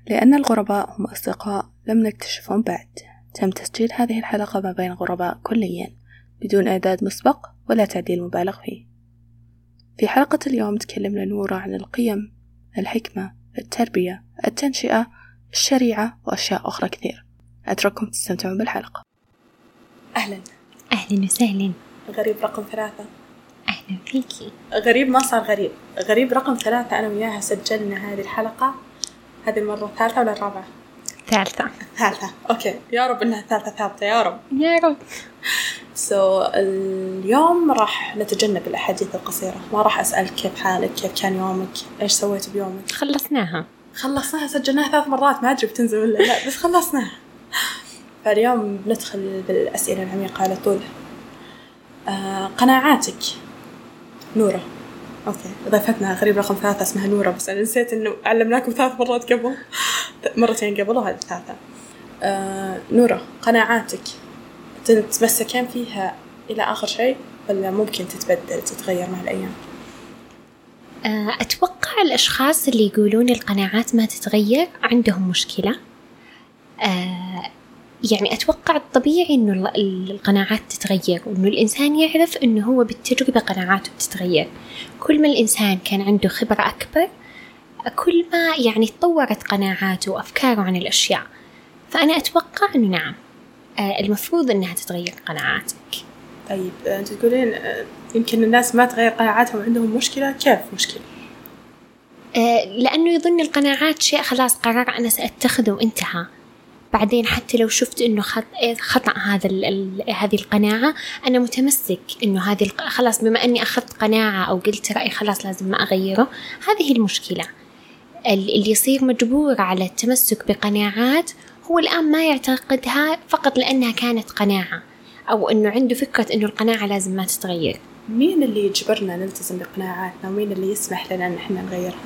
لأن الغرباء هم أصدقاء لم نكتشفهم بعد. تم تسجيل هذه الحلقة ما بين غرباء كليا بدون إعداد مسبق ولا تعديل مبالغ فيه. في حلقة اليوم تكلمنا نورة عن القيم، الحكمة، التربية، التنشئة، الشريعة وأشياء أخرى كثير. أترككم تستمتعون بالحلقة. أهلا وسهلا. غريب رقم 3. أهلا فيكي. غريب ما صار غريب رقم 3. أنا وياها سجلنا هذه الحلقة هذه المرة الثالثة ولا الرابعة؟ ثالثة. أوكي، يا رب إنها ثابتة يا رب. اليوم راح نتجنب الأحاديث القصيرة، ما راح أسأل كيف حالك، كيف كان يومك، إيش سويت بيومك. خلصناها سجلناها 3 مرات، ما أدري بتنزل ولا لا، بس خلصناها. فاليوم بندخل بالأسئلة العميقة على طول. قناعاتك نورة. أوكي، ضيفتنا غريب رقم 3 اسمها نورة، بس أنا نسيت إنه علمناكم 3 مرات قبل، مرتين قبل وهذه 3. نورة، قناعاتك تتمسكين فيها إلى آخر شيء ولا ممكن تتبدل تتغير مع الأيام؟ أتوقع الأشخاص اللي يقولون القناعات ما تتغير عندهم مشكلة. يعني أتوقع الطبيعي إنه القناعات تتغير، وإنه الإنسان يعرف إنه هو بالتجربة قناعاته بتتغير. كل ما الإنسان كان عنده خبرة أكبر كل ما يعني تطورت قناعاته وأفكاره عن الأشياء. فأنا أتوقع إنه نعم، المفروض إنها تتغير قناعاتك. طيب أنت تقولين يمكن الناس ما تغير قناعاتهم عندهم مشكلة، كيف مشكلة؟ لأنه يظن القناعات شيء خلاص قرار أنا سأتخذه وانتهى. بعدين حتى لو شفت إنه خطأ هذه القناعة، أنا متمسك إنه هذه خلاص، بما أني أخذت قناعة أو قلت رأي خلاص لازم ما أغيره. هذه المشكلة. اللي يصير مجبور على التمسك بقناعات هو الآن ما يعتقدها فقط لأنها كانت قناعة، أو إنه عنده فكرة إنه القناعة لازم ما تتغير. مين اللي يجبرنا نلتزم بقناعاتنا ومين اللي يسمح لنا إن إحنا نغيرها؟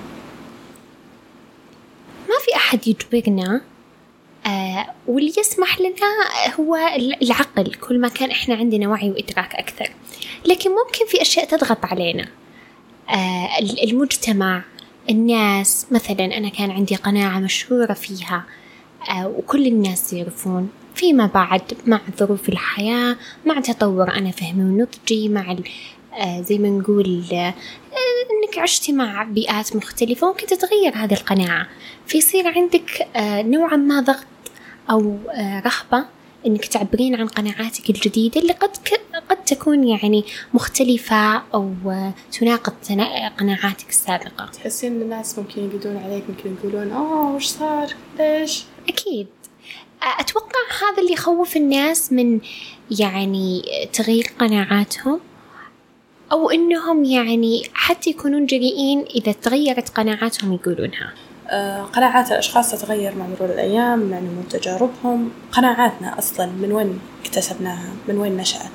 ما في أحد يجبرنا. واللي يسمح لنا هو العقل، كل ما كان إحنا عندنا وعي وإدراك أكثر. لكن ممكن في أشياء تضغط علينا، المجتمع، الناس. مثلا أنا كان عندي قناعة مشهورة فيها وكل الناس يعرفون، فيما بعد مع ظروف الحياة، مع تطور أنا فهمي ونضجي، مع زي ما نقول إنك عشتي مع بيئات مختلفة ممكن تتغير هذه القناعة. فيصير عندك نوعا ما ضغط أو رغبة إنك تعبرين عن قناعاتك الجديدة اللي قد تكون يعني مختلفة أو تناقض قناعاتك السابقة. تحسين الناس ممكن يقولون عليك، ممكن يقولون وش صار ليش؟ أكيد. أتوقع هذا اللي يخوف الناس من يعني تغيير قناعاتهم، أو إنهم يعني حتى يكونون جريئين إذا تغيرت قناعاتهم يقولونها. قناعات الأشخاص تتغير مع مرور الأيام، مع نمو تجاربهم. قناعاتنا أصلا من وين اكتسبناها؟ من وين نشأت؟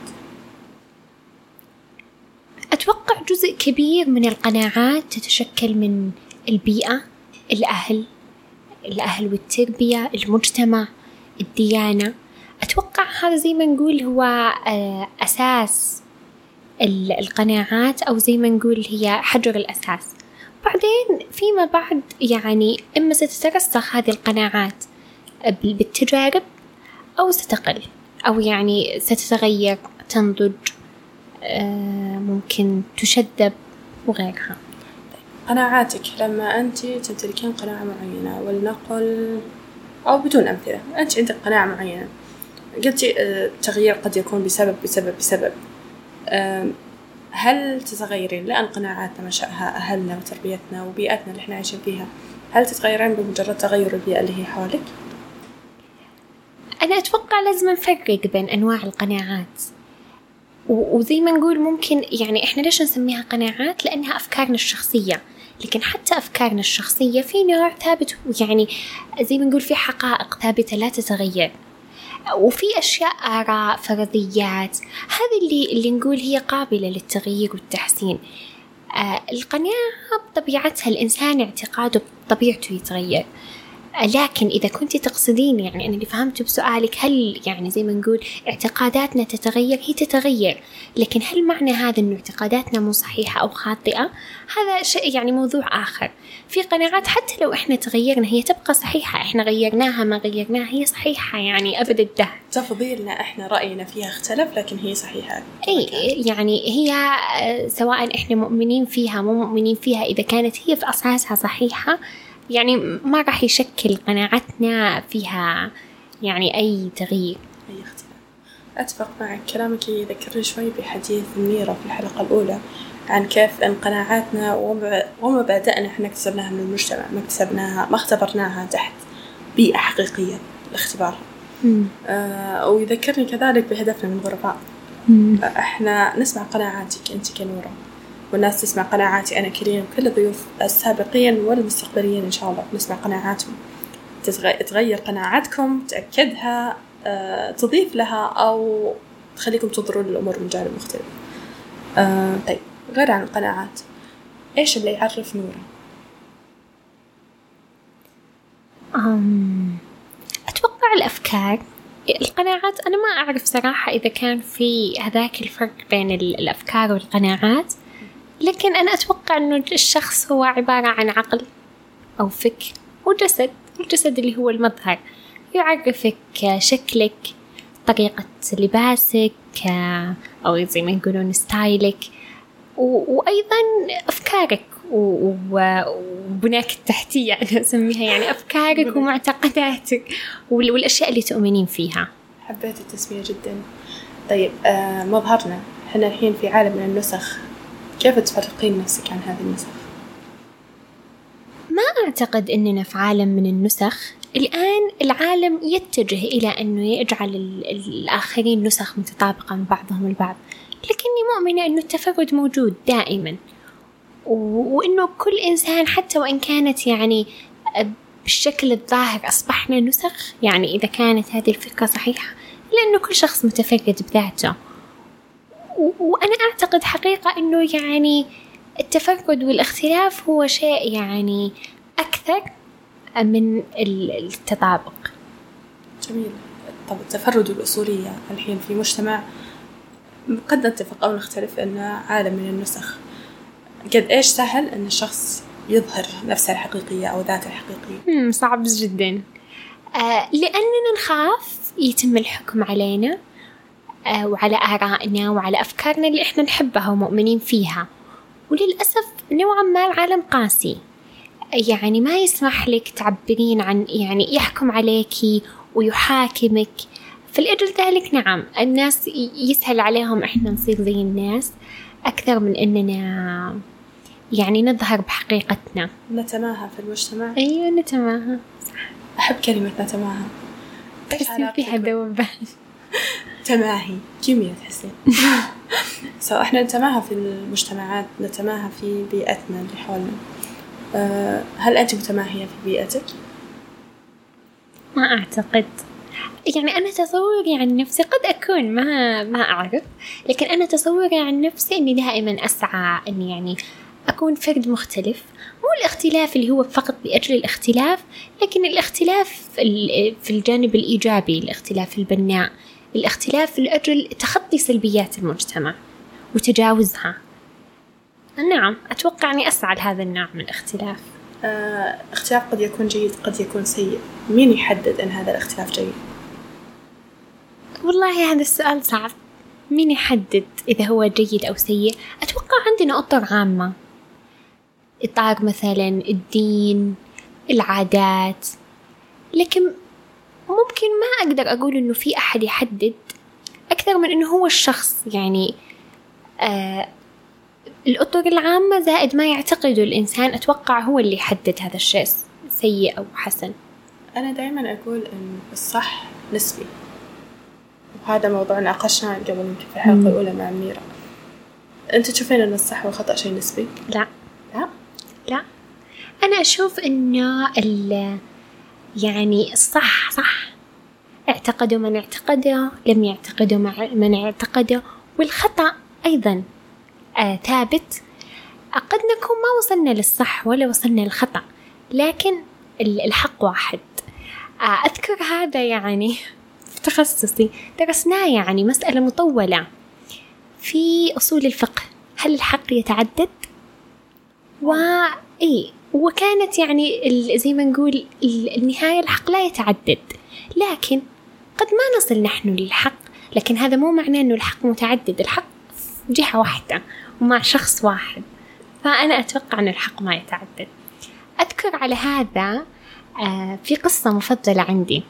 أتوقع جزء كبير من القناعات تتشكل من البيئة، الأهل والتربية، المجتمع، الديانة. أتوقع هذا زي ما نقول هو أساس القناعات، أو زي ما نقول هي حجر الأساس. بعدين فيما بعد يعني إما ستترسخ هذه القناعات بالتجارب أو ستقل، أو يعني ستتغير، تنضج، ممكن تشذب وغيرها. قناعاتك لما أنت تمتلكين قناعة معينة، ولنقل أو بدون أمثلة، أنت عندك قناعة معينة، قلتي التغيير قد يكون بسبب هل تتغيرين؟ لأن قناعاتنا منشأها أهلنا وتربيتنا وبيئتنا اللي احنا عايشين فيها. هل تتغيرين بمجرد تغير البيئة اللي هي حولك؟ أنا أتوقع لازم نفرق بين أنواع القناعات، وزي ما نقول ممكن يعني إحنا ليش نسميها قناعات؟ لأنها أفكارنا الشخصية. لكن حتى أفكارنا الشخصية في نوع ثابت، يعني زي ما نقول في حقائق ثابتة لا تتغير، وفي أشياء آراء، فرضيات، هذه اللي نقول هي قابلة للتغيير والتحسين. القناعة بطبيعتها الإنسان اعتقاده بطبيعته يتغير. لكن إذا كنت تقصدين يعني أنا اللي فهمته بسؤالك هل يعني زي ما نقول اعتقاداتنا تتغير، هي تتغير، لكن هل معنى هذا إنه اعتقاداتنا مو صحيحة أو خاطئة؟ هذا شيء يعني موضوع آخر. في قناعات حتى لو إحنا تغيرنا هي تبقى صحيحة، إحنا غيرناها ما غيرناها هي صحيحة يعني أبد الدهر. تفضيلنا إحنا رأينا فيها اختلف لكن هي صحيحة. أي يعني هي سواء إحنا مؤمنين فيها مو مؤمنين فيها، إذا كانت هي في أساسها صحيحة يعني ما راح يشكل قناعتنا فيها يعني أي تغيير، أي اختلاف. أتفق معك، كلامك يذكرني شوي بحديث منيرة في الحلقة الأولى عن كيف أن قناعاتنا ومبادئنا إحنا اكتسبناها من المجتمع، ما اختبرناها تحت بيئة حقيقية لاختبارها. ويذكرني كذلك بهدفنا من غرباء. إحنا نسمع قناعاتك أنت كنورة، والناس تسمع قناعاتي أنا كريم، وكل الضيوف السابقين والمستقبليين إن شاء الله نسمع قناعاتهم. تغير قناعاتكم، تأكدها، تضيف لها أو تخليكم تنظرون للأمور من جانب مختلف. طيب، غير عن القناعات، إيش اللي يعرف نورة؟ أتوقع الأفكار. القناعات أنا ما أعرف صراحة إذا كان في هذاك الفرق بين الأفكار والقناعات، لكن أنا أتوقع أنه الشخص هو عبارة عن عقل أو فكر وجسد، الجسد اللي هو المظهر يعرفك شكلك، طريقة لباسك، أو زي ما يقولون ستايلك، وأيضا أفكارك وبناك التحتية أنا أسميها، يعني أفكارك ومعتقداتك والأشياء اللي تؤمنين فيها. حبيت التسمية جدا. طيب، مظهرنا إحنا الحين في عالم من النسخ، كيف تفرقين نفسك عن هذه النسخ؟ ما أعتقد أننا في عالم من النسخ. الآن العالم يتجه إلى أنه يجعل الآخرين نسخ متطابقة من بعضهم البعض، لكني مؤمنة أنه التفرد موجود دائما، وأنه كل إنسان حتى وإن كانت يعني بالشكل الظاهر أصبحنا نسخ، يعني إذا كانت هذه الفكرة صحيحة، لأنه كل شخص متفرد بذاته. وأنا أعتقد حقيقة أنه يعني التفرد والاختلاف هو شيء يعني أكثر من التطابق. جميل. طب التفرد والأصولية الحين في مجتمع قد نتفق أو نختلف أنه عالم من النسخ، قد إيش سهل أن الشخص يظهر نفسه الحقيقية أو ذاته الحقيقية؟ صعب جدا، لأننا نخاف يتم الحكم علينا وعلى آرائنا وعلى أفكارنا اللي إحنا نحبها ومؤمنين فيها. وللأسف نوعا ما العالم قاسي، يعني ما يسمح لك تعبرين عن، يعني يحكم عليكي ويحاكمك. فلأجل ذلك نعم الناس يسهل عليهم إحنا نصير زي الناس أكثر من أننا يعني نظهر بحقيقتنا. نتماهى في المجتمع. أيوة نتماهى، صح. أحب كلمة نتماهى، تحسين فيها ذوبان. تماهي كيمياء تحسين. إحنا نتماهى في المجتمعات، نتماهى في بيئتنا اللي حولنا. هل أنت متماهية في بيئتك؟ ما أعتقد، يعني أنا تصوري عن نفسي قد أكون ما أعرف، لكن أنا تصوري عن نفسي أني دائما أسعى أني يعني أكون فرد مختلف، مو الاختلاف اللي هو فقط لأجل الاختلاف، لكن الاختلاف في الجانب الإيجابي، الاختلاف البناء، الاختلاف لأجل تخطي سلبيات المجتمع وتجاوزها. نعم أتوقع أني أسعى لهذا النوع من الاختلاف. اختلاف قد يكون جيد قد يكون سيء، مين يحدد أن هذا الاختلاف جيد؟ والله هذا السؤال صعب، مين يحدد إذا هو جيد أو سيء؟ أتوقع عندنا أطر عامة، إطار مثلا الدين، العادات، لكن ممكن ما أقدر أقول إنه في أحد يحدد أكثر من إنه هو الشخص، يعني الأطر العامة زائد ما يعتقده الإنسان أتوقع هو اللي يحدد هذا الشيء سيء أو حسن. أنا دائما أقول إن الصح نسبي، وهذا موضوع ناقشناه قبل يمكن في الحلقة الأولى مع ميرا. أنت تشوفين أن الصح والخطأ شيء نسبي؟ لا لا لا، أنا أشوف إنه يعني الصح صح، اعتقدوا من اعتقده، لم يعتقدوا من اعتقده، والخطأ أيضا ثابت. قد نكون ما وصلنا للصح ولا وصلنا للخطأ، لكن الحق واحد. أذكر هذا يعني في تخصصي درسناه، يعني مسألة مطولة في أصول الفقه، هل الحق يتعدد؟ وكانت يعني زي ما نقول النهاية الحق لا يتعدد، لكن قد ما نصل نحن للحق، لكن هذا مو معناه أنه الحق متعدد، الحق جهة واحدة ومع شخص واحد، فأنا أتوقع أن الحق ما يتعدد. أذكر على هذا في قصة مفضلة عندي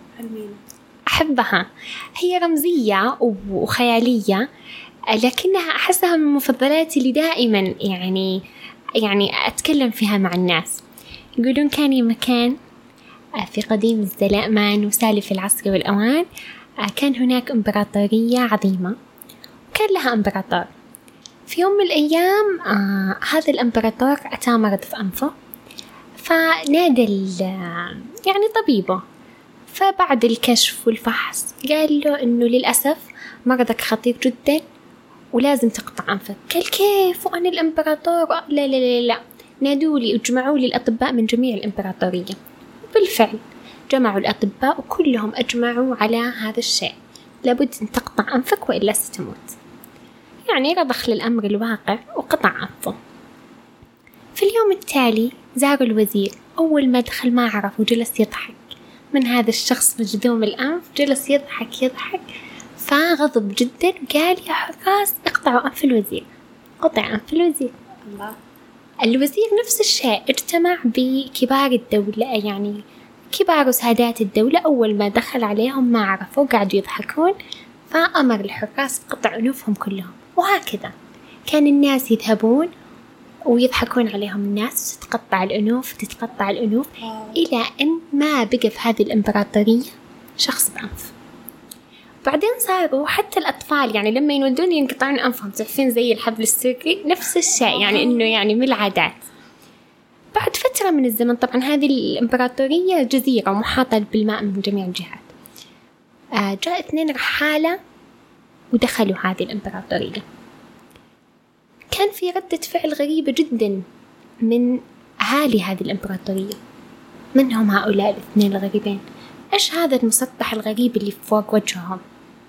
أحبها، هي رمزية وخيالية لكنها أحسها من مفضلاتي اللي دائما يعني أتكلم فيها مع الناس. يقولون كان مكان في قديم الزمان وسالف العصر والأوان، كان هناك إمبراطورية عظيمة وكان لها إمبراطور. في يوم من الأيام هذا الإمبراطور أتى مرض في أنفه، فنادى يعني طبيبه، فبعد الكشف والفحص قال له إنه للأسف مرضك خطير جدا ولازم تقطع أنفك. قال كيف وأنا الإمبراطور؟ لا لا لا لا، نادوا لي اجمعوا لي الأطباء من جميع الإمبراطورية. بالفعل جمعوا الأطباء وكلهم أجمعوا على هذا الشيء، لابد أن تقطع أنفك وإلا ستموت. يعني رضخ للأمر الواقع وقطع أنفه. في اليوم التالي زار الوزير، أول ما دخل ما عرف وجلس يضحك من هذا الشخص مجذوم الأنف، جلس يضحك فغضب جدا وقال يا حراس اقطعوا أنف الوزير. قطع أنف الوزير. الله. الوزير نفس الشيء اجتمع بكبار الدولة، يعني كبار وسادات الدولة، أول ما دخل عليهم ما عرفوا قاعدوا يضحكون، فأمر الحراس بقطع أنوفهم كلهم. وهكذا كان الناس يذهبون ويضحكون عليهم الناس، وتتقطع الأنوف إلى أن ما بقى في هذه الإمبراطورية شخص بأنف. بعدين صاروا حتى الأطفال يعني لما ينودون ينقطعون أنفهم، تعرفين زي الحبل السري، نفس الشيء، يعني إنه يعني من العادات. بعد فترة من الزمن، طبعا هذه الإمبراطورية جزيرة محاطة بالماء من جميع الجهات، جاء 2 رحالة ودخلوا هذه الإمبراطورية. كان في ردة فعل غريبة جدا من أهالي هذه الإمبراطورية. من هم هؤلاء ال2 الغريبين؟ إيش هذا المسطح الغريب اللي فوق وجههم؟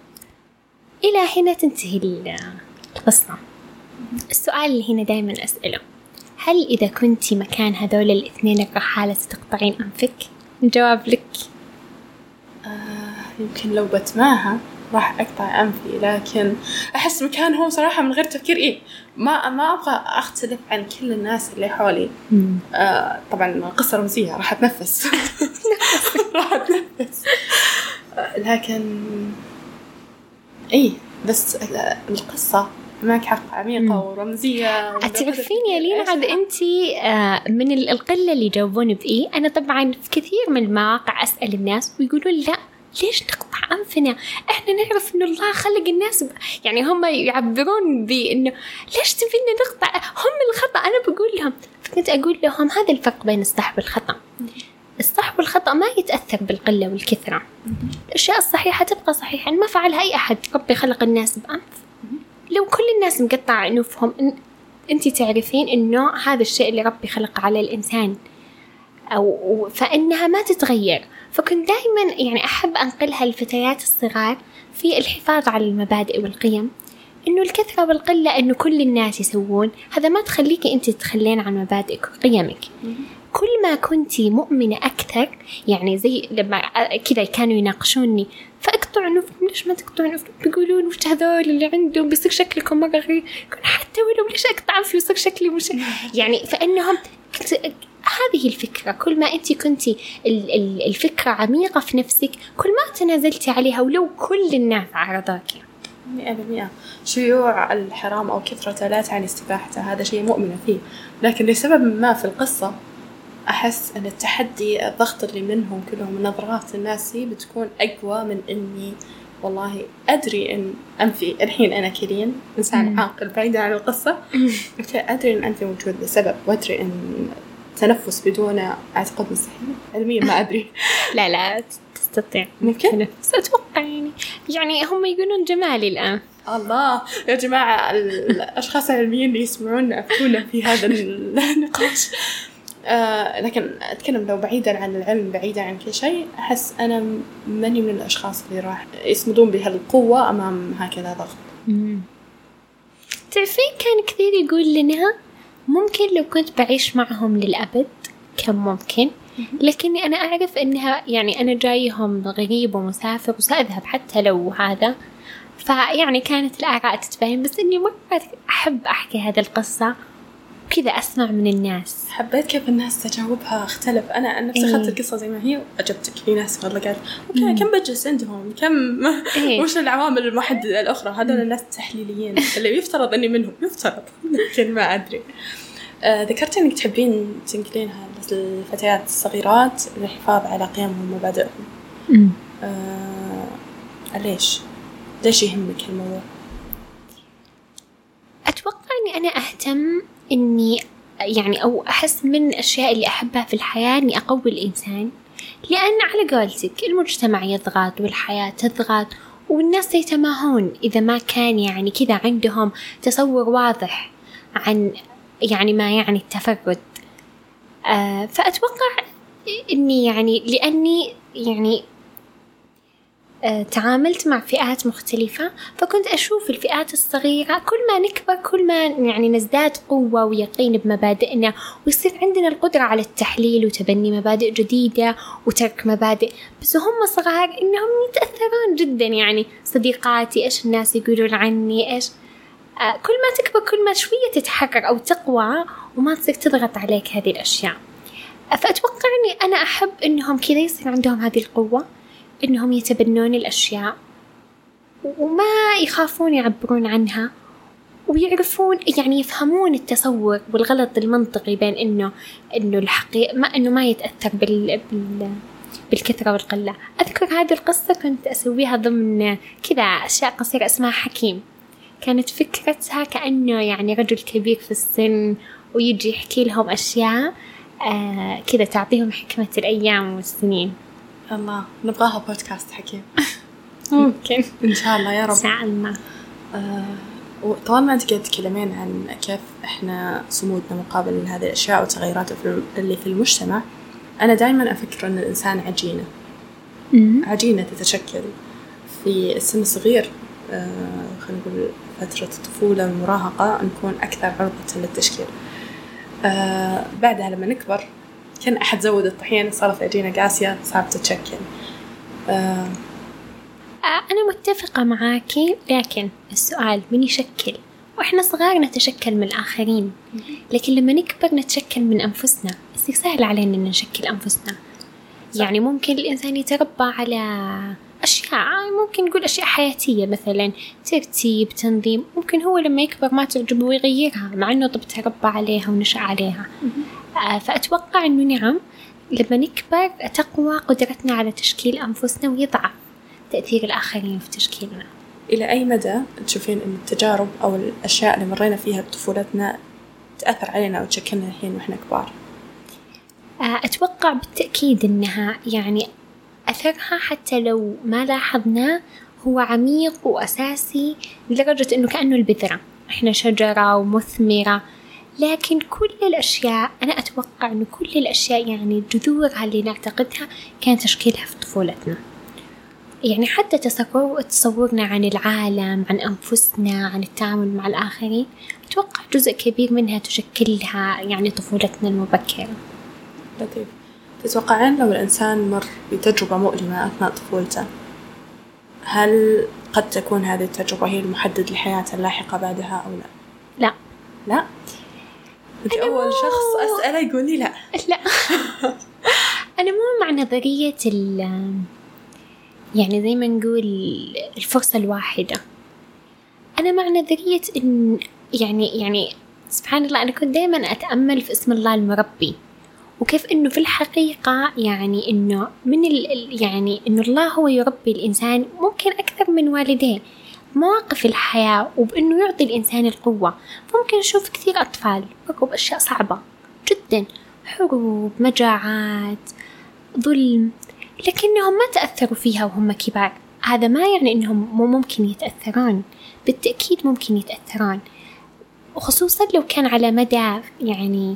إلى هنا تنتهي القصة. السؤال اللي هنا دائما أسأله، هل إذا كنت مكان هذول ال2 الرحالة ستقطعين أنفك؟ الجواب لك. يمكن لو بتماهى راح أقطع أنفي، لكن أحس مكانهم صراحة من غير تفكير ما أبغى أختلف عن كل الناس اللي حولي. طبعا قصة رمزية راح أتنفس لكن بس القصة معك حق عميقة ورمزية. تعرفين يا لينا عاد أنتي من القلة اللي جاوبوني أنا طبعا في كثير من المواقع أسأل الناس ويقولون لا ليش نقطع أنفنا؟ إحنا نعرف إنه الله خلق الناس يعني هم يعبرون بإنه ليش تبينا نقطع، هم الخطأ. أنا بقول لهم، فكنت أقول لهم هذا الفرق بين الصح والخطأ. الصح والخطأ ما يتأثر بالقلة والكثرة، الأشياء الصحيحة تبقى صحيحة، ما فعلها أي أحد. ربي خلق الناس بأنف، لو كل الناس مقطع أنوفهم أنتي تعرفين إنه هذا الشيء اللي ربي خلق على الإنسان فإنها ما تتغير. فكنت دائما يعني أحب أنقلها للفتيات الصغار في الحفاظ على المبادئ والقيم، إنه الكثرة والقلة إنه كل الناس يسوون هذا ما تخليك أنت تتخلين عن مبادئك وقيمك. كل ما كنتي مؤمنة أكثر، يعني زي لما كذا كانوا يناقشوني فأقطع أنوفكم، ليش ما تقطعون أنوفكم؟ بيقولون وش هذول اللي عندهم بيصير شكلكم مرة غريب، حتى ولو ليش أقطع في ويصير شكلي مش يعني. فإنهم هذه الفكرة، كل ما أنت كنتي الفكرة عميقة في نفسك كل ما تنازلتي عليها ولو كل الناس عرضاك. 100% شيوع الحرام أو كثرته لا تعني استباحته، هذا شيء مؤمنة فيه، لكن لسبب ما في القصة أحس أن التحدي الضغط اللي منهم كلهم نظرات الناس بتكون أقوى من إني والله أدري إن أنفي الحين أنا كريم إنسان عاقل بعيدا عن القصة أدري إن أنفي موجود لسبب، وأدري إن تنفس بدون اعتقاد مستحيل علميا ما أدري. لا تستطيع ممكن أتوقع يعني هم يقولون جمالي الآن. الله يا جماعة الأشخاص العلميين اللي يسمعون أفتونا في هذا النقاش. لكن أتكلم لو بعيدا عن العلم، بعيدا عن كل شيء، أحس أنا ماني من الأشخاص اللي راح يصمدون بهالقوة أمام هكذا ضغط. تعرفين كان كثير يقول لنا ممكن لو كنت بعيش معهم للأبد كان ممكن، لكني أنا أعرف أنها يعني أنا جايهم غريب ومسافر وسأذهب حتى لو هذا. فيعني كانت الآراء تتبين، بس إني مرة أحب أحكي هذه القصة وكذا أسمع من الناس. حبيت كيف الناس تجاوبها اختلف. أنا نفسي أخذت القصة زي ما هي وأجبتك. في ناس والله قالت أوكي كم بجلس عندهم، كم وش العوامل المحددة الأخرى. هذول الناس التحليليين اللي يفترض إني منهم، يفترض لكن ما أدري. ذكرت إنك تحبين تنقلينها للفتيات الصغيرات للحفاظ على قيمهم ومبادئهم. ليش يهمك الموضوع؟ أتوقع أني أنا أهتم إني يعني أو أحس من الأشياء اللي أحبها في الحياة إني أقوي الإنسان، لأن على قولتك المجتمع يضغط والحياة تضغط والناس يتماهون إذا ما كان يعني كذا عندهم تصور واضح عن يعني ما يعني التفرد. فأتوقع إني يعني لأني يعني تعاملت مع فئات مختلفة، فكنت أشوف الفئات الصغيرة كل ما نكبر كل ما يعني نزداد قوة ويقين بمبادئنا، ويصير عندنا القدرة على التحليل وتبني مبادئ جديدة وترك مبادئ. بس هم صغار إنهم يتأثرون جدا، يعني صديقاتي إيش الناس يقولون عني إيش. كل ما تكبر كل ما شوية تتحرر أو تقوى وما تصير تضغط عليك هذه الأشياء. فأتوقع أني أنا أحب إنهم كذا يصير عندهم هذه القوة، إنهم يتبنون الأشياء وما يخافون يعبرون عنها، ويعرفون يعني يفهمون التصور والغلط المنطقي بين إنه الحقيقة إنه ما يتأثر بالكثرة والقلة. أذكر هذه القصة كنت أسويها ضمن كذا أشياء قصيرة اسمها حكيم. كانت فكرتها كأنه يعني رجل كبير في السن ويجي يحكي لهم أشياء كذا تعطيهم حكمة الأيام والسنين. الله، نبغاها بودكاست حكيم. ممكن إن شاء الله يا رب. إن شاء الله. وطبعا ما تقدر تتكلمين عن كيف إحنا صمودنا مقابل هذه الأشياء وتغيرات اللي في المجتمع. أنا دائما أفكر أن الإنسان عجينة تتشكل في السن الصغير. خلينا نقول فترة الطفولة والمراهقة نكون أكثر عرضة للتشكيل. بعدها لما نكبر كان أحد زود الطحين صارت عجينة قاسية صارت تتشكل. أنا متفقة معاكي، لكن السؤال من يشكل؟ وإحنا صغار نتشكل من الآخرين، لكن لما نكبر نتشكل من أنفسنا. بس سهل علينا أن نشكل أنفسنا. يعني ممكن الإنسان يتربى على أشياء، ممكن نقول أشياء حياتية مثلا ترتيب تنظيم، ممكن هو لما يكبر ما تعجبه ويغيرها مع أنه تربى عليها ونشأ عليها. فأتوقع أنه نعم لما نكبر تقوى قدرتنا على تشكيل أنفسنا ويضعف تأثير الآخرين في تشكيلنا. إلى أي مدى تشوفين أن التجارب أو الأشياء اللي مرينا فيها بطفولتنا تأثر علينا وتشكلنا الحين وإحنا كبار؟ أتوقع بالتأكيد أنها يعني أثرها حتى لو ما لاحظناه هو عميق وأساسي لدرجة أنه كأنه البذرة، إحنا شجرة ومثمرة. لكن كل الأشياء أنا أتوقع أنه كل الأشياء يعني جذورها اللي نعتقدها كان تشكيلها في طفولتنا. يعني حتى تصورنا عن العالم، عن أنفسنا، عن التعامل مع الآخرين، أتوقع جزء كبير منها تشكلها يعني طفولتنا المبكرة. لطيف. تتوقعين لو الإنسان مر بتجربة مؤلمة أثناء طفولته، هل قد تكون هذه التجربة هي المحدد لحياته اللاحقة بعدها أو لا؟ لا. لا؟ أنت أول شخص أسأله يقول لي لا. لا. أنا مو مع نظرية يعني زي ما نقول الفرصة الواحدة. أنا مع نظرية إن يعني سبحان الله، أنا كنت دائما أتأمل في اسم الله المربي، وكيف إنه في الحقيقة يعني إنه من يعني إنه الله هو يربي الإنسان ممكن أكثر من والديه مواقف الحياة، وبإنه يعطي الإنسان القوة. ممكن نشوف كثير أطفال مروا بأشياء صعبة جدا، حروب، مجاعات، ظلم، لكنهم ما تأثروا فيها وهم كبار. هذا ما يعني إنهم مو ممكن يتأثرون، بالتأكيد ممكن يتأثرون، وخصوصا لو كان على مدى يعني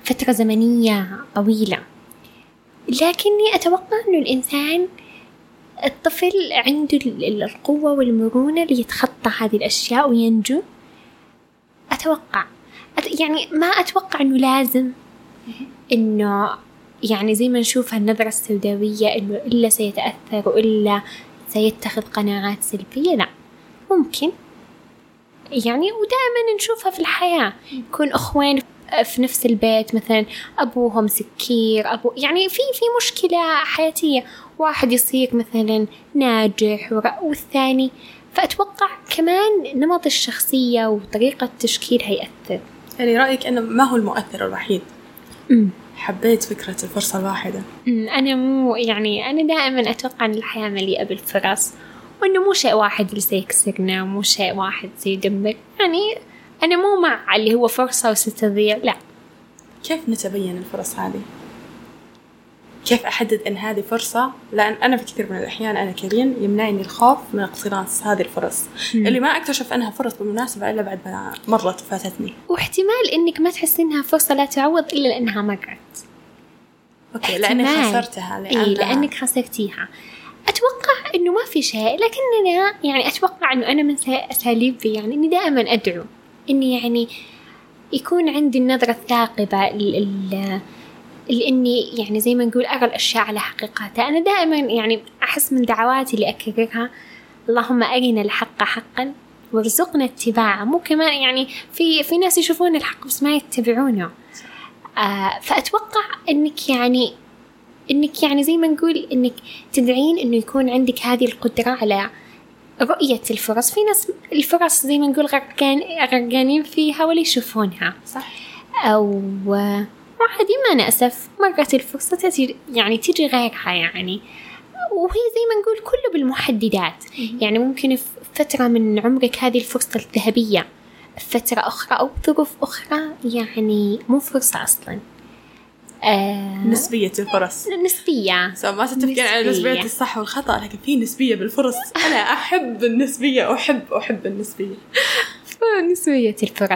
فترة زمنية طويلة. لكني أتوقع أنه الإنسان الطفل عنده القوة والمرونة ليتخطى هذه الأشياء وينجو. أتوقع يعني ما أتوقع أنه لازم أنه يعني زي ما نشوف النظرة السوداوية أنه إلا سيتأثر وإلا سيتخذ قناعات سلبية. لا، ممكن يعني، ودائما نشوفها في الحياة، يكون أخوين في نفس البيت مثلا أبوهم سكير، يعني في مشكلة حياتية، واحد يصير مثلا ناجح والثاني. فأتوقع كمان نمط الشخصية وطريقة تشكيلها يأثر. يعني رأيك أنه ما هو المؤثر الوحيد؟ حبيت فكرة الفرصة الواحدة. أنا مو يعني أنا دائما أتوقع أن الحياة مليئة بالفرص، وأنه مو شيء واحد اللي سيكسرنا ومو شيء واحد سيدمر. يعني أنا مو مع اللي هو فرصة وستضيع، لا. كيف نتبين الفرص هذه؟ كيف أحدد أن هذه فرصة؟ لأن أنا في كثير من الأحيان أنا كريم يمنعني الخوف من اقتناص هذه الفرص اللي ما أكتشف أنها فرص بالمناسبة إلا بعد ما مرت وفاتتني. واحتمال إنك ما تحس إنها فرصة لا تعوض إلا لأنها مرت. أوكي، لأنك خسرتها. لأنك خسرتيها. أتوقع إنه ما في شيء، لكننا يعني أتوقع إنه أنا من أساليبي يعني إني دائما أدعو إني يعني يكون عندي النظرة الثاقبة لإني يعني زي ما نقول أرى الأشياء على حقيقتها. أنا دائما يعني أحس من دعواتي اللي أكررها اللهم أرنا الحق حقا وارزقنا اتباعه. مو كمان يعني في ناس يشوفون الحق بس ما يتبعونه. فأتوقع إنك يعني زي ما نقول إنك تدعين إنه يكون عندك هذه القدرة على رؤية الفرص. في ناس الفرص زي ما نقول غرقانين فيها ولا يشوفونها. صح. أو وعادي ما نأسف، مرت الفرصة تجي غيرها يعني. وهي زي ما نقول كله بالمحددات. يعني ممكن في فترة من عمرك هذه الفرصة الذهبية، فترة أخرى أو ظروف أخرى يعني مو فرصة أصلاً. نسبية الفرص نسبية. ما تتفقين على نسبية الصح والخطأ، لكن في نسبية بالفرص. أنا أحب النسبية، أحب النسبية. نسبية الفرص.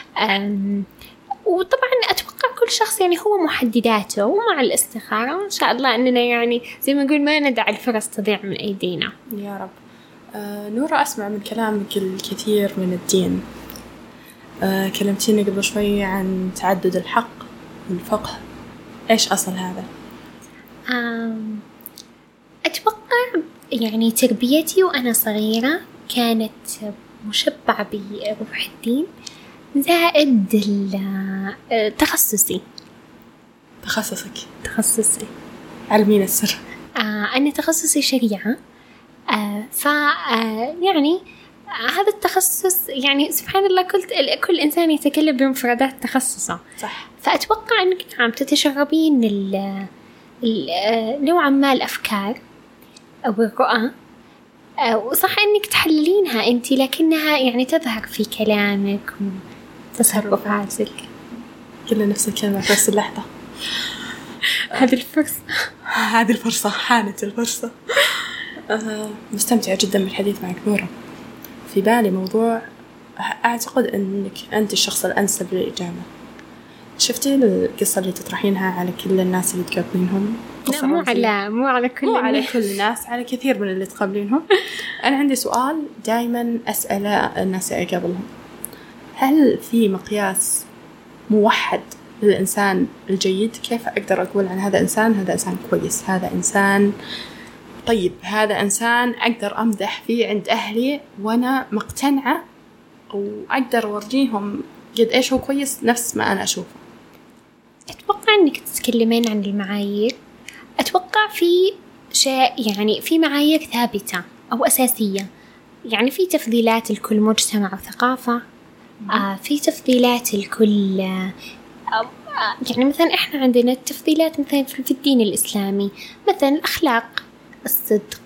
وطبعا أتوقع كل شخص يعني هو محدداته، ومع الاستخارة وإن شاء الله أننا يعني زي ما نقول ما ندع الفرص تضيع من أيدينا يا رب. نورة، أسمع من كلامك الكثير من الدين. كلمتيني قبل شوي عن تعدد الحق والفقه. إيش أصل هذا؟ أتوقع يعني تربيتي وأنا صغيرة كانت مشبعة بروح الدين زائد تخصصي. تخصصي علمين السر. أنا تخصصي شريعة. يعني هذا التخصص يعني سبحان الله كل إنسان يتكلم بمفردات تخصصه. صح. فأتوقع أنك عم تتشربين نوعا ما الأفكار أو الرؤى، وصح أنك تحللينها أنت، لكنها يعني تظهر في كلامك وتصرفاتك. كلنا نفس الكلمة في نفس اللحظة. هذه الفرصة حانت الفرصة. مستمتعة جدا بالحديث معك نورة. في بالي موضوع أعتقد أنك أنت الشخص الأنسب للإجابة. شفتي القصة اللي تطرحينها على كل الناس اللي تقابلينهم؟ لا، مو على كل الناس، على كثير من اللي تقابلينهم. أنا عندي سؤال دائما أسأله الناس اللي أقابلهم: هل في مقياس موحد للإنسان الجيد؟ كيف أقدر أقول عن هذا إنسان كويس، هذا إنسان طيب، هذا إنسان أقدر أمدح فيه عند أهلي وأنا مقتنعة، وأقدر أورجيهم قد إيش هو كويس نفس ما أنا أشوفه؟ أتوقع أنك تتكلمين عن المعايير. أتوقع في شيء يعني في معايير ثابتة أو أساسية. يعني في تفضيلات لكل مجتمع وثقافة. في تفضيلات الكل. يعني مثلا إحنا عندنا التفضيلات مثلا في الدين الإسلامي، مثلا الأخلاق، الصدق،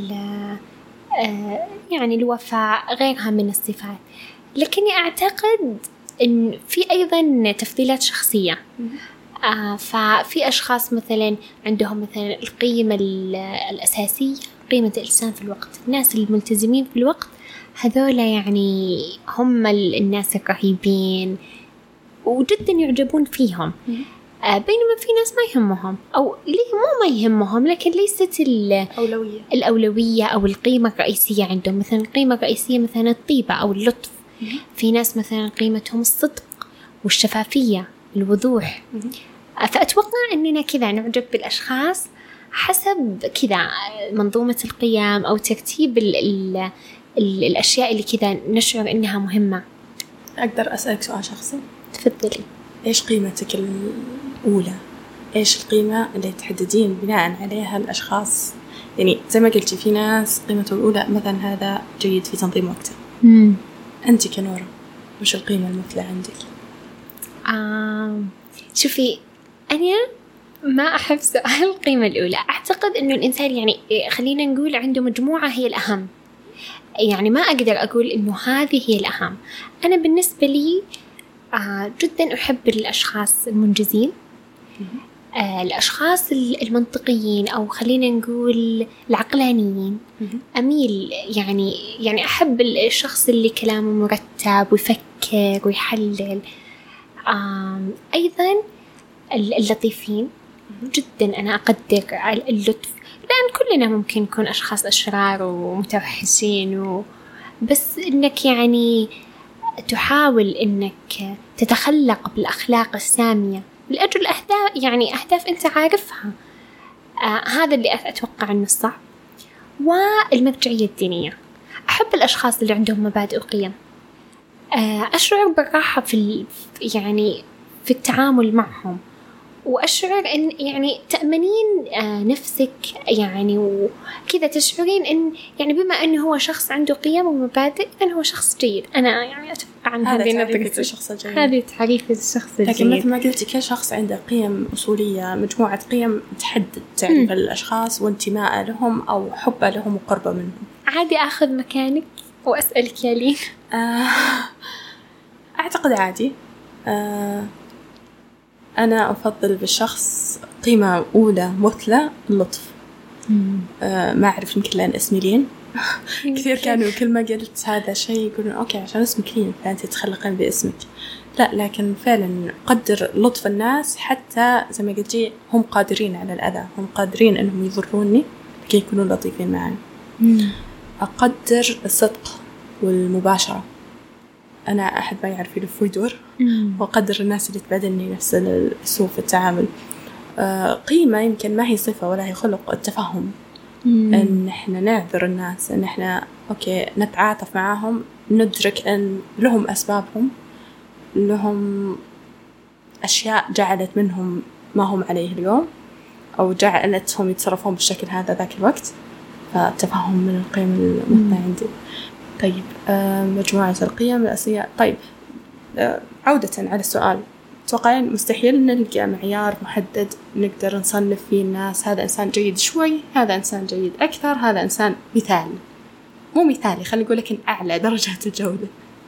يعني الوفاء، غيرها من الصفات. لكني أعتقد إن في أيضا تفضيلات شخصية. ففي أشخاص مثلا عندهم مثلا القيمة الأساسية، قيمة الإنسان في الوقت. الناس الملتزمين بالوقت هذولا يعني هم الناس الرهيبين. وجدا يعجبون فيهم. بينما في ناس ما يهمهم، أو ليه مو ما يهمهم، لكن ليست الأولوية أو القيمة الرئيسية عندهم. مثلا القيمة الرئيسية مثلا الطيبة أو اللطف. في ناس مثلا قيمتهم الصدق والشفافية، الوضوح. فأتوقع أننا كذا نعجب بالأشخاص حسب كذا منظومة القيم أو ترتيب الأشياء اللي كذا نشعر إنها مهمة. أقدر أسألك سؤال شخصي؟ تفضلي. إيش قيمتك الأولى؟ إيش القيمة اللي تحددين بناء عليها الأشخاص؟ يعني زي ما قلتي في ناس قيمته الأولى مثلا هذا جيد في تنظيم وقته. أنت كنورة وش القيمة المثلى عندك؟ شوفي، أنا ما أحب سؤال القيمة الأولى. أعتقد إنه الإنسان يعني خلينا نقول عنده مجموعة هي الأهم. يعني ما أقدر أقول إنه هذه هي الأهم. أنا بالنسبة لي جدا أحب الأشخاص المنجزين، الأشخاص المنطقيين، أو خلينا نقول العقلانيين. أميل يعني أحب الشخص اللي كلامه مرتب ويفكر ويحلل. أيضا اللطيفين جدا أنا أقدر اللطف، لأن كلنا ممكن نكون أشخاص أشرار ومتوحشين بس إنك يعني تحاول إنك تتخلق بالأخلاق السامية لأجل أهداف أنت عارفها. هذا اللي أتوقع إنه الصعب. والمرجعية الدينية، أحب الأشخاص اللي عندهم مبادئ وقيم. أشعر بالراحة في التعامل معهم، وأشعر إن يعني تأمنين نفسك وكذا تشعرين إن بما أنه هو شخص عنده قيم ومبادئ إنه هو شخص جيد. أنا أتفق عن هذه تعريف الشخص الجيد. هذه تعريف الشخص الجيد. لكن مثل ما قلتي كل شخص عنده قيم أصولية، مجموعة قيم تحدد تعريف الأشخاص وانتماء لهم أو حبه لهم وقربه منهم. عادي أخذ مكانك وأسألك يا لين. أعتقد عادي. أنا أفضل بالشخص قيمة أولى مثلى اللطف. ما أعرف يمكن لأن اسمي لين كثير كانوا كل ما قلت هذا شيء يقولون أوكي عشان اسمك لين فأنت تتخلقين باسمك. لا، لكن فعلا قدر لطف الناس، حتى زي ما قلتي هم قادرين على الأذى، هم قادرين أنهم يضروني لكي يكونوا لطيفين معي. أقدر الصدق والمباشرة. أنا أحد ما يعرف يلف ويدور، وأقدر الناس اللي تبادلني نفس الأسلوب في التعامل. قيمة يمكن ما هي صفة ولا هي خلق، التفهم. إن إحنا نعذر الناس، إن إحنا أوكي نتعاطف معهم، ندرك أن لهم أسبابهم، لهم أشياء جعلت منهم ما هم عليه اليوم، أو جعلتهم يتصرفون بالشكل هذا ذاك الوقت. فالتفهم من القيم المثلى عندي. طيب مجموعة القيم الأساسية. طيب عودة على السؤال، توقعين مستحيل نلقى معيار محدد نقدر نصنف فيه الناس؟ هذا إنسان جيد شوي، هذا إنسان جيد أكثر، هذا إنسان مثالي. مو مثالي، خلينا نقول لكن أعلى درجات الجودة.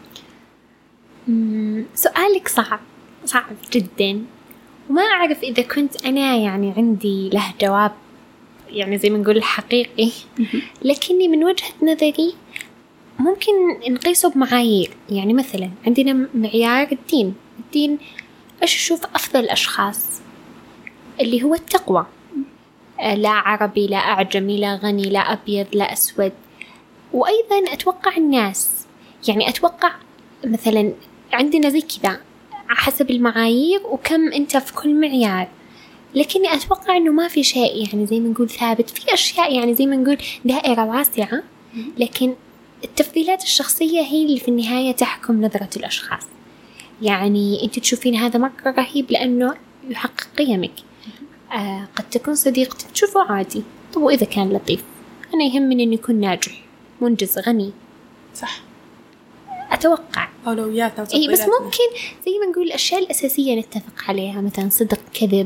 سؤالك صعب جدا، وما أعرف إذا كنت أنا عندي له جواب زي ما نقول حقيقي. لكني من وجهة نظري ممكن نقيسه بمعايير. مثلا عندنا معيار الدين إيش أشوف أفضل الأشخاص اللي هو التقوى. لا عربي لا أعجمي لا غني لا أبيض لا أسود. وأيضا أتوقع الناس أتوقع مثلا عندنا زي كذا حسب المعايير وكم أنت في كل معيار. لكني أتوقع أنه ما في شيء زي ما نقول ثابت. في أشياء زي ما نقول دائرة واسعة، لكن التفضيلات الشخصية هي اللي في النهاية تحكم نظرة الأشخاص. أنت تشوفين هذا مرة رهيب لأنه يحقق قيمك. قد تكون صديقتك تشوفه عادي. طب وإذا كان لطيف؟ أنا يهمني أن يكون ناجح منجز غني. صح، أتوقع أولوياتنا بس ممكن زي ما نقول الأشياء الأساسية نتفق عليها، مثلا صدق كذب.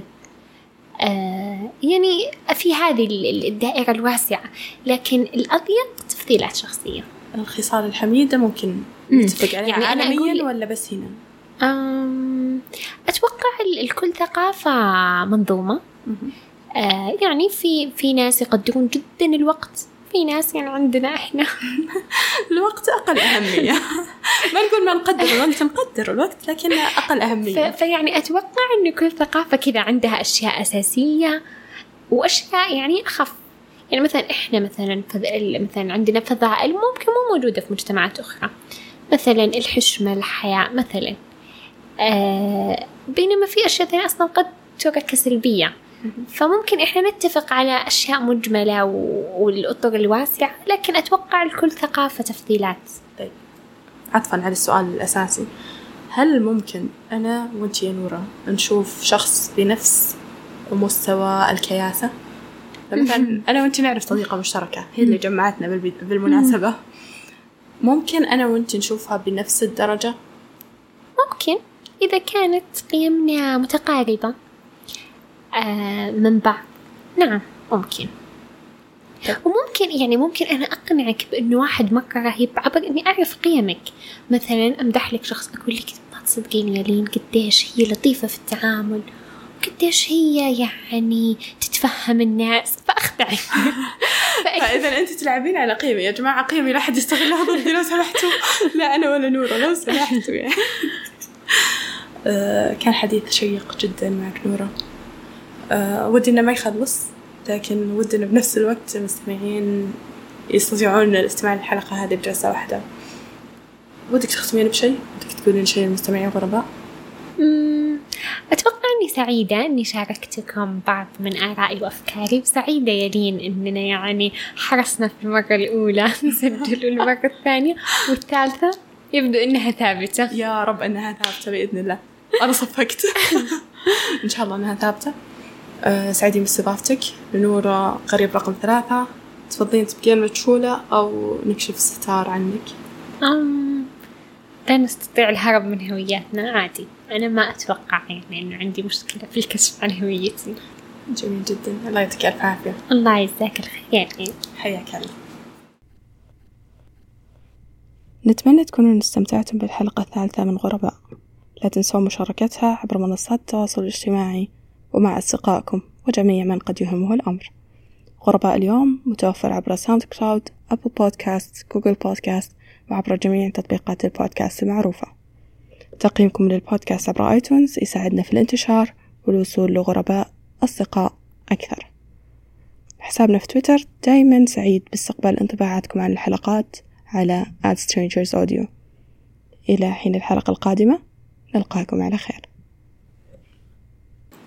في هذه الدائرة الواسعة. لكن الأضيق تفضيلات شخصية. الخصال الحميدة ممكن نتفق عليها عالميا ولا بس هنا؟ أتوقع الكل ثقافة منظومة. في ناس يقدرون جدا الوقت، في ناس عندنا إحنا الوقت أقل أهمية. ما نقول ما نقدر الوقت، نقدر الوقت لكن أقل أهمية. فيعني أتوقع إنه كل ثقافة كذا عندها أشياء أساسية وأشياء يعني أخف. يعني مثلا إحنا مثلا عندنا فضائل ممكن مو موجودة في مجتمعات أخرى، مثلا الحشمة، الحياء مثلا، بينما في أشياء ثانية أصلا قد ترك سلبية. فممكن إحنا نتفق على أشياء مجملة والأطر الواسعة، لكن أتوقع لكل ثقافة تفضيلات. طيب عطفاً على السؤال الأساسي، هل ممكن أنا وأنت يا نورة نشوف شخص بنفس مستوى الكياسة؟ مثلا أنا وأنت نعرف صديقة مشتركة هي اللي جمعتنا بالمناسبة، ممكن أنا وأنت نشوفها بنفس الدرجة؟ ممكن إذا كانت قيمنا متقاربة من بعض، نعم ممكن. وممكن يعني ممكن أنا أقنعك بأنه واحد مرة رهيب عبر إني أعرف قيمك. مثلا أمدح لك شخص أقول لك ما تصدقين يا لين قديش هي لطيفة في التعامل، قديش هي يعني تتفهم الناس، فأخدعك. فإذا أنت تلعبين على قيمي يا جماعة، قيمي لا حد يستغلها ضدي لو سمحتوا، لا أنا ولا نورة لو سمحتوا يعني. كان حديث شيق جدا معك نورة، ودنا ما يخلص، لكن ودنا بنفس الوقت المستمعين يستطيعون الاستماع للحلقة هذه بجلسة واحدة. ودك تختمين بشيء؟ ودك تقولين شيء للمستمعين غرباء؟ أتوقع أني سعيدة أني شاركتكم بعض من آرائي وأفكاري، وسعيدة يا لين أننا يعني حرصنا في المرة الأولى نسجل، المرة الثانية والثالثة يبدو أنها ثابتة. يا رب أنها ثابتة بإذن الله. أنا صفقت. إن شاء الله أنها ثابتة. سعيدين باستضافتك لنورة قريب رقم 3. تفضلين تبقين مجهولة أو نكشف الستار عنك؟ لا نستطيع الهرب من هوياتنا عادي. أنا ما أتوقع يعني أنه عندي مشكلة في الكشف عن هويتي. جميل جدا، الله يعطيك ألف عافية. الله يجزاك الخير. حياك الله. نتمنى تكونوا استمتعتم بالحلقة 3 من غرباء. لا تنسوا مشاركتها عبر منصات التواصل الاجتماعي ومع أصدقائكم وجميع من قد يهمه الأمر. غرباء اليوم متوفر عبر ساوند كلاود، أبل بودكاست، جوجل بودكاست، وعبر جميع تطبيقات البودكاست المعروفة. تقييمكم للبودكاست عبر آيتونز يساعدنا في الانتشار والوصول لغرباء أصدقاء أكثر. حسابنا في تويتر دايما سعيد باستقبال انطباعاتكم عن الحلقات على @strangersaudio. إلى حين الحلقة القادمة نلقاكم على خير.